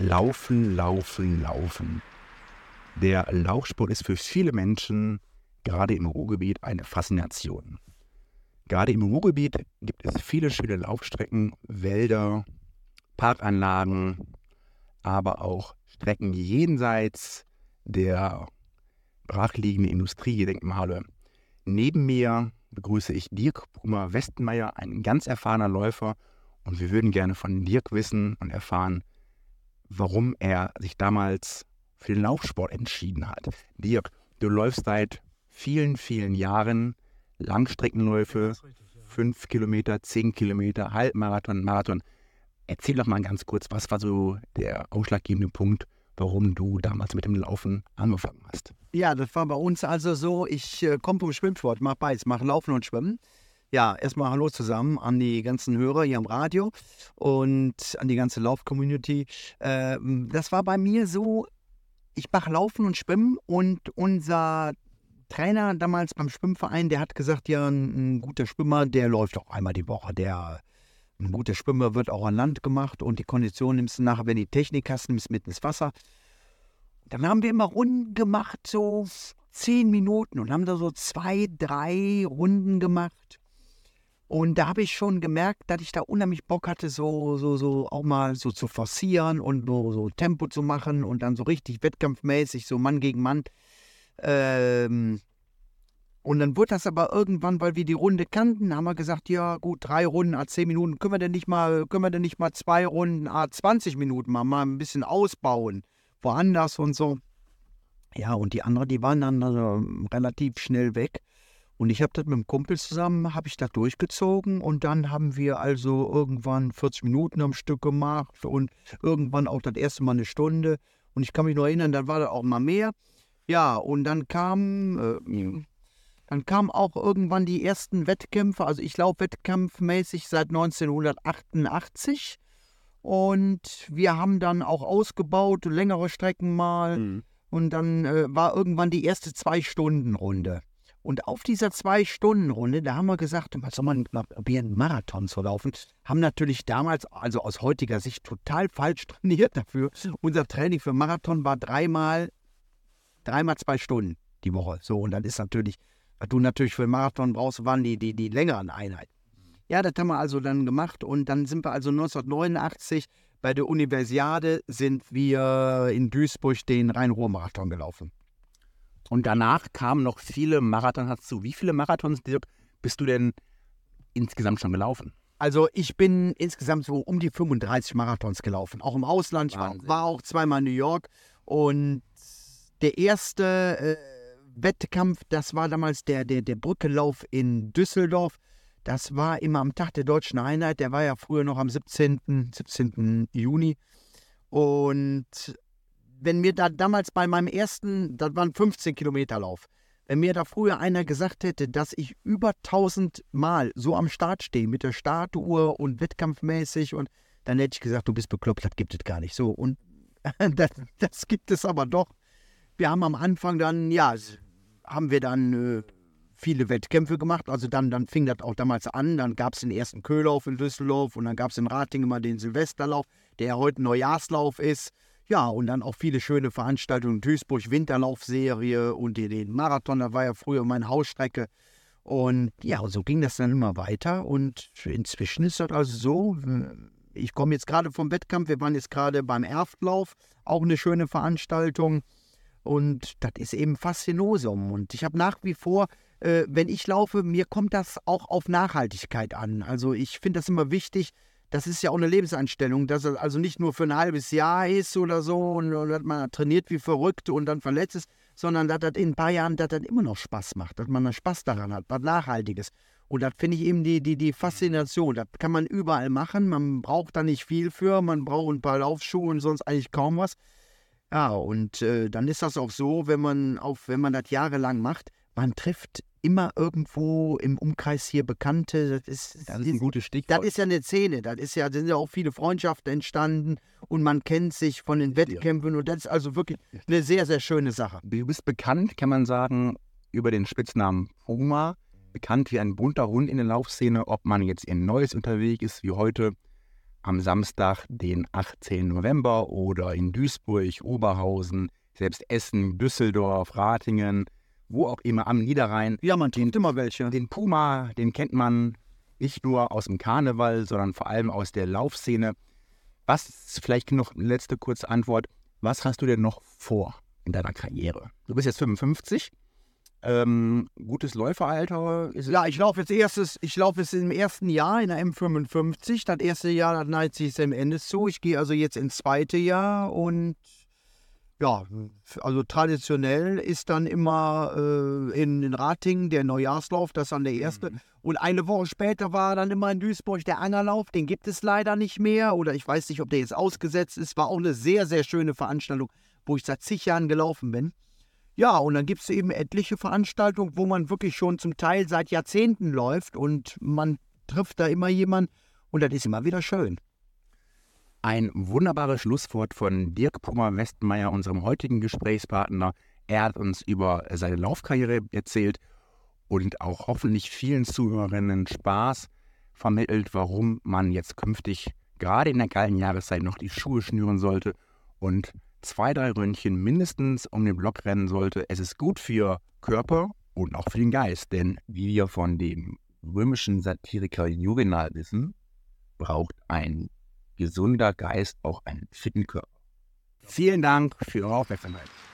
Laufen, laufen, laufen. Der Laufsport ist für viele Menschen, gerade im Ruhrgebiet, eine Faszination. Gerade im Ruhrgebiet gibt es viele schöne Laufstrecken, Wälder, Parkanlagen, aber auch Strecken jenseits der brachliegenden Industriedenkmale. Neben mir begrüße ich Dirk Brummer-Westenmeier, ein ganz erfahrener Läufer, und wir würden gerne von Dirk wissen und erfahren, warum er sich damals für den Laufsport entschieden hat. Dirk, du läufst seit vielen, vielen Jahren Langstreckenläufe, 5 Kilometer, 10 Kilometer, Halbmarathon, Marathon. Erzähl doch mal ganz kurz, was war so der ausschlaggebende Punkt, warum du damals mit dem Laufen angefangen hast? Ja, das war bei uns also so, ich komme vom Schwimmsport, mache beides, mache Laufen und Schwimmen. Ja, erstmal hallo zusammen an die ganzen Hörer hier am Radio und an die ganze Lauf-Community. Das war bei mir so, ich mache Laufen und Schwimmen und unser Trainer damals beim Schwimmverein, der hat gesagt, ja, ein guter Schwimmer, der läuft auch einmal die Woche. Ein guter Schwimmer wird auch an Land gemacht und die Kondition nimmst du nachher, wenn du die Technik hast, nimmst du mit ins Wasser. Dann haben wir immer Runden gemacht, so 10 Minuten und haben da so 2, 3 Runden gemacht. Und da habe ich schon gemerkt, dass ich da unheimlich Bock hatte, so auch mal so zu forcieren und so Tempo zu machen und dann so richtig wettkampfmäßig, so Mann gegen Mann. Und dann wurde das aber irgendwann, weil wir die Runde kannten, haben wir gesagt, ja gut, 3 Runden, 10 Minuten, können wir denn nicht mal 2 Runden, 20 Minuten mal ein bisschen ausbauen, woanders und so. Ja, und die anderen, die waren dann relativ schnell weg. Und ich habe das mit dem Kumpel zusammen, habe ich das durchgezogen und dann haben wir also irgendwann 40 Minuten am Stück gemacht und irgendwann auch das erste Mal eine Stunde. Und ich kann mich noch erinnern, dann war das auch mal mehr. Ja, und dann kam auch irgendwann die ersten Wettkämpfe. Also ich laufe wettkampfmäßig seit 1988 und wir haben dann auch ausgebaut, längere Strecken mal. Mhm. Und dann war irgendwann die erste 2-Stunden-Runde. Und auf dieser 2-Stunden-Runde, da haben wir gesagt, was soll man probieren, einen Marathon zu laufen? Haben natürlich damals, also aus heutiger Sicht, total falsch trainiert dafür. Unser Training für Marathon war dreimal 2 Stunden die Woche. So, und dann ist natürlich, was du natürlich für einen Marathon brauchst, waren die längeren Einheiten. Ja, das haben wir also dann gemacht und dann sind wir also 1989 bei der Universiade sind wir in Duisburg den Rhein-Ruhr-Marathon gelaufen. Und danach kamen noch viele Marathons dazu. Wie viele Marathons, Dirk, bist du denn insgesamt schon gelaufen? Also ich bin insgesamt so um die 35 Marathons gelaufen, auch im Ausland. Ich war auch zweimal in New York und der erste Wettkampf, das war damals der Brückenlauf in Düsseldorf. Das war immer am Tag der Deutschen Einheit, der war ja früher noch am 17. Juni. Und wenn mir da damals bei meinem ersten, das war ein 15-Kilometer-Lauf, wenn mir da früher einer gesagt hätte, dass ich über 1000 Mal so am Start stehe, mit der Startuhr und wettkampfmäßig, und dann hätte ich gesagt, du bist bekloppt, das gibt es gar nicht. So, und das gibt es aber doch. Wir haben am Anfang dann, haben wir dann viele Wettkämpfe gemacht. Also dann fing das auch damals an. Dann gab es den ersten Köhlauf in Düsseldorf und dann gab es in Ratingen mal den Silvesterlauf, der ja heute ein Neujahrslauf ist. Ja, und dann auch viele schöne Veranstaltungen. Duisburg Winterlaufserie und den Marathon, da war ja früher meine Hausstrecke. Und ja, so ging das dann immer weiter. Und inzwischen ist das also so, ich komme jetzt gerade vom Wettkampf, wir waren jetzt gerade beim Erftlauf, auch eine schöne Veranstaltung. Und das ist eben Faszinosum. Und ich habe nach wie vor, wenn ich laufe, mir kommt das auch auf Nachhaltigkeit an. Also ich finde das immer wichtig. Das ist ja auch eine Lebenseinstellung, dass es also nicht nur für ein halbes Jahr ist oder so und dass man trainiert wie verrückt und dann verletzt ist, sondern dass das in ein paar Jahren dass das immer noch Spaß macht, dass man da Spaß daran hat, was Nachhaltiges. Und das finde ich eben die Faszination. Das kann man überall machen, man braucht da nicht viel für, man braucht ein paar Laufschuhe und sonst eigentlich kaum was. Ja, und dann ist das auch so, wenn man das jahrelang macht, man trifft immer irgendwo im Umkreis hier Bekannte. Das ist ein gutes Stichwort. Das ist ja eine Szene, da sind ja auch viele Freundschaften entstanden und man kennt sich von den Wettkämpfen und das ist also wirklich eine sehr, sehr schöne Sache. Du bist bekannt, kann man sagen, über den Spitznamen Puma, bekannt wie ein bunter Hund in der Laufszene, ob man jetzt in Neues unterwegs ist, wie heute am Samstag, den 18. November oder in Duisburg, Oberhausen, selbst Essen, Düsseldorf, Ratingen, wo auch immer am Niederrhein. Ja, man trifft immer welche. Den Puma, den kennt man nicht nur aus dem Karneval, sondern vor allem aus der Laufszene. Was, vielleicht noch eine letzte kurze Antwort, was hast du denn noch vor in deiner Karriere? Du bist jetzt 55. Gutes Läuferalter. Ja, ich laufe jetzt im ersten Jahr in der M55. Das erste Jahr, das neigt sich dem Ende zu. Ich gehe also jetzt ins zweite Jahr und ja, also traditionell ist dann immer in Ratingen der Neujahrslauf, das ist dann der erste. Und eine Woche später war dann immer in Duisburg der Angerlauf, den gibt es leider nicht mehr oder ich weiß nicht, ob der jetzt ausgesetzt ist. War auch eine sehr, sehr schöne Veranstaltung, wo ich seit zig Jahren gelaufen bin. Ja, und dann gibt es eben etliche Veranstaltungen, wo man wirklich schon zum Teil seit Jahrzehnten läuft und man trifft da immer jemanden und das ist immer wieder schön. Ein wunderbares Schlusswort von Dirk Puma-Westmeier, unserem heutigen Gesprächspartner. Er hat uns über seine Laufkarriere erzählt und auch hoffentlich vielen Zuhörerinnen Spaß vermittelt, warum man jetzt künftig gerade in der kalten Jahreszeit noch die Schuhe schnüren sollte und 2, 3 Ründchen mindestens um den Block rennen sollte. Es ist gut für Körper und auch für den Geist, denn wie wir von dem römischen Satiriker Juvenal wissen, braucht ein gesunder Geist auch einen fitten Körper. Vielen Dank für Ihre Aufmerksamkeit.